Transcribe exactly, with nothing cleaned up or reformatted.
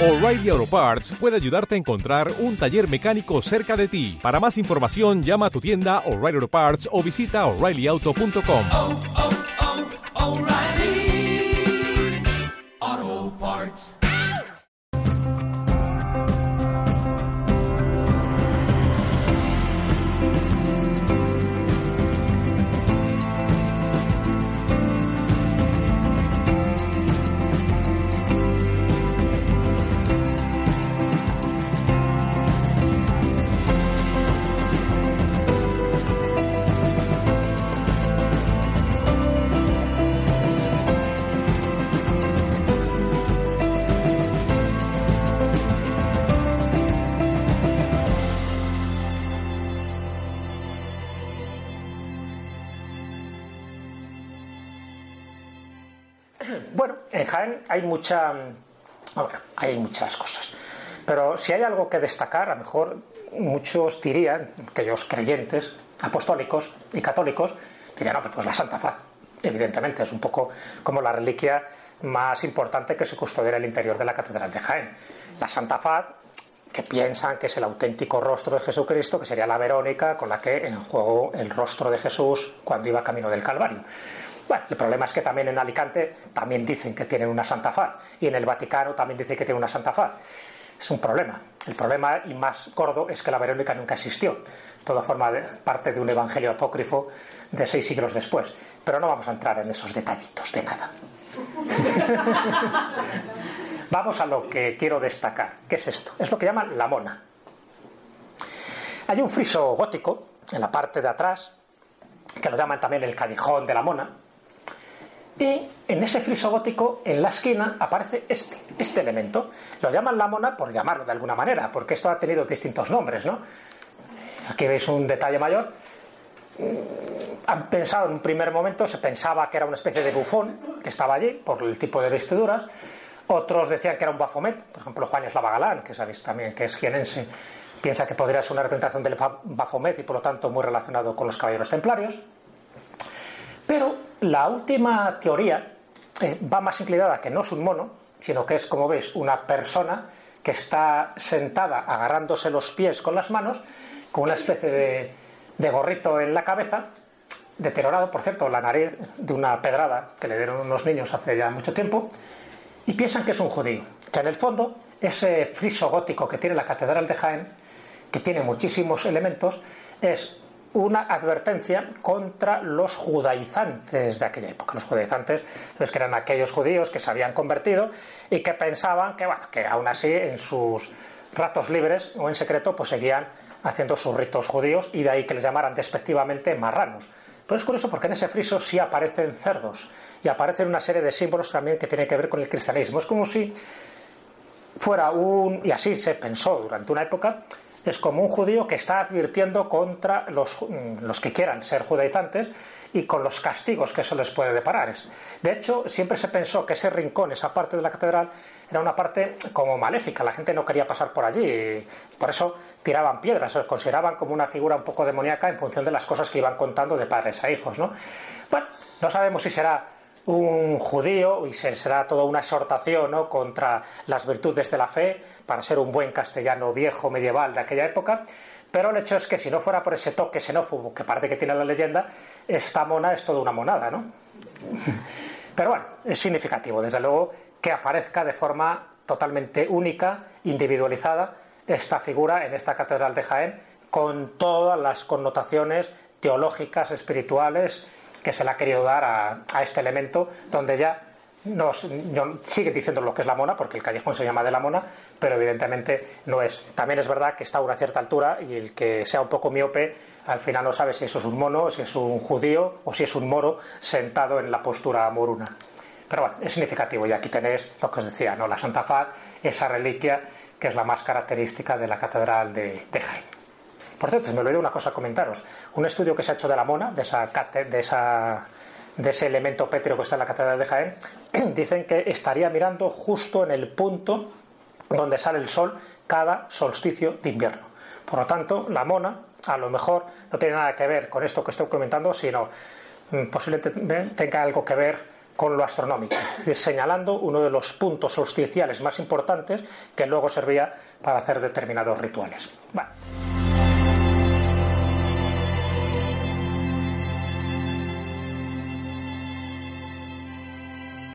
O'Reilly Auto Parts puede ayudarte a encontrar un taller mecánico cerca de ti. Para más información, llama a tu tienda O'Reilly Auto Parts o visita O'Reilly Auto punto com. Oh, oh, oh, O'Reilly Auto Parts. Bueno, en Jaén hay mucha, bueno, hay muchas cosas, pero si hay algo que destacar, a lo mejor muchos dirían, aquellos creyentes, apostólicos y católicos, dirían, no, pues la Santa Faz, evidentemente, es un poco como la reliquia más importante que se custodia en el interior de la Catedral de Jaén. La Santa Faz, que piensan que es el auténtico rostro de Jesucristo, que sería la Verónica con la que enjuagó el rostro de Jesús cuando iba camino del Calvario. Bueno, el problema es que también en Alicante también dicen que tienen una Santa Faz, y en el Vaticano también dicen que tienen una Santa Faz. Es un problema. El problema, y más gordo, es que la Verónica nunca existió. Todo forma de, parte de un evangelio apócrifo de seis siglos después. Pero no vamos a entrar en esos detallitos de nada. Vamos a lo que quiero destacar. ¿Qué es esto? Es lo que llaman la mona. Hay un friso gótico en la parte de atrás, que lo llaman también el callejón de la mona. Y en ese friso gótico, en la esquina, aparece este, este elemento. Lo llaman la mona por llamarlo de alguna manera, porque esto ha tenido distintos nombres, ¿no? Aquí veis un detalle mayor. Han pensado en un primer momento, se pensaba que era una especie de bufón que estaba allí, por el tipo de vestiduras. Otros decían que era un Baphomet, por ejemplo Juan Eslava Galán, que sabéis también que es jienense, piensa que podría ser una representación del Baphomet y por lo tanto muy relacionado con los caballeros templarios. Pero la última teoría eh, va más inclinada a que no es un mono, sino que es, como veis, una persona que está sentada agarrándose los pies con las manos, con una especie de, de gorrito en la cabeza, deteriorado, por cierto, la nariz de una pedrada que le dieron unos niños hace ya mucho tiempo, y piensan que es un judío, que en el fondo ese friso gótico que tiene la Catedral de Jaén, que tiene muchísimos elementos, es una advertencia contra los judaizantes de aquella época. Los judaizantes, pues, que eran aquellos judíos que se habían convertido y que pensaban que, bueno, que aún así en sus ratos libres o en secreto pues seguían haciendo sus ritos judíos, y de ahí que les llamaran despectivamente marranos. Pero es curioso porque en ese friso sí aparecen cerdos y aparecen una serie de símbolos también que tienen que ver con el cristianismo. Es como si fuera un, y así se pensó durante una época, es como un judío que está advirtiendo contra los, los que quieran ser judaizantes y con los castigos que eso les puede deparar. De hecho, siempre se pensó que ese rincón, esa parte de la catedral, era una parte como maléfica. La gente no quería pasar por allí y por eso tiraban piedras, se consideraban como una figura un poco demoníaca en función de las cosas que iban contando de padres a hijos, ¿no? Bueno, no sabemos si será un judío y será toda una exhortación, ¿no?, contra las virtudes de la fe, para ser un buen castellano viejo medieval de aquella época. Pero el hecho es que si no fuera por ese toque xenófobo que parece que tiene la leyenda, esta mona es toda una monada, ¿no? Pero bueno, es significativo, desde luego, que aparezca de forma totalmente única, individualizada, esta figura en esta Catedral de Jaén, con todas las connotaciones teológicas, espirituales, que se le ha querido dar a, a este elemento, donde ya nos, yo, sigue diciendo lo que es la mona, porque el callejón se llama de la mona, pero evidentemente no es. También es verdad que está a una cierta altura y el que sea un poco miope al final no sabe si eso es un mono, si es un judío o si es un moro sentado en la postura moruna. Pero bueno, es significativo, y aquí tenéis lo que os decía, ¿no?, la Santa Faz, esa reliquia que es la más característica de la Catedral de, de Jaén. Por cierto, me olvidé una cosa a comentaros. Un estudio que se ha hecho de la mona, de esa, de esa de ese elemento pétreo que está en la Catedral de Jaén, dicen que estaría mirando justo en el punto donde sale el sol cada solsticio de invierno. Por lo tanto, la mona a lo mejor no tiene nada que ver con esto que estoy comentando, sino mmm, posiblemente tenga algo que ver con lo astronómico, es decir, señalando uno de los puntos solsticiales más importantes que luego servía para hacer determinados rituales. Bueno.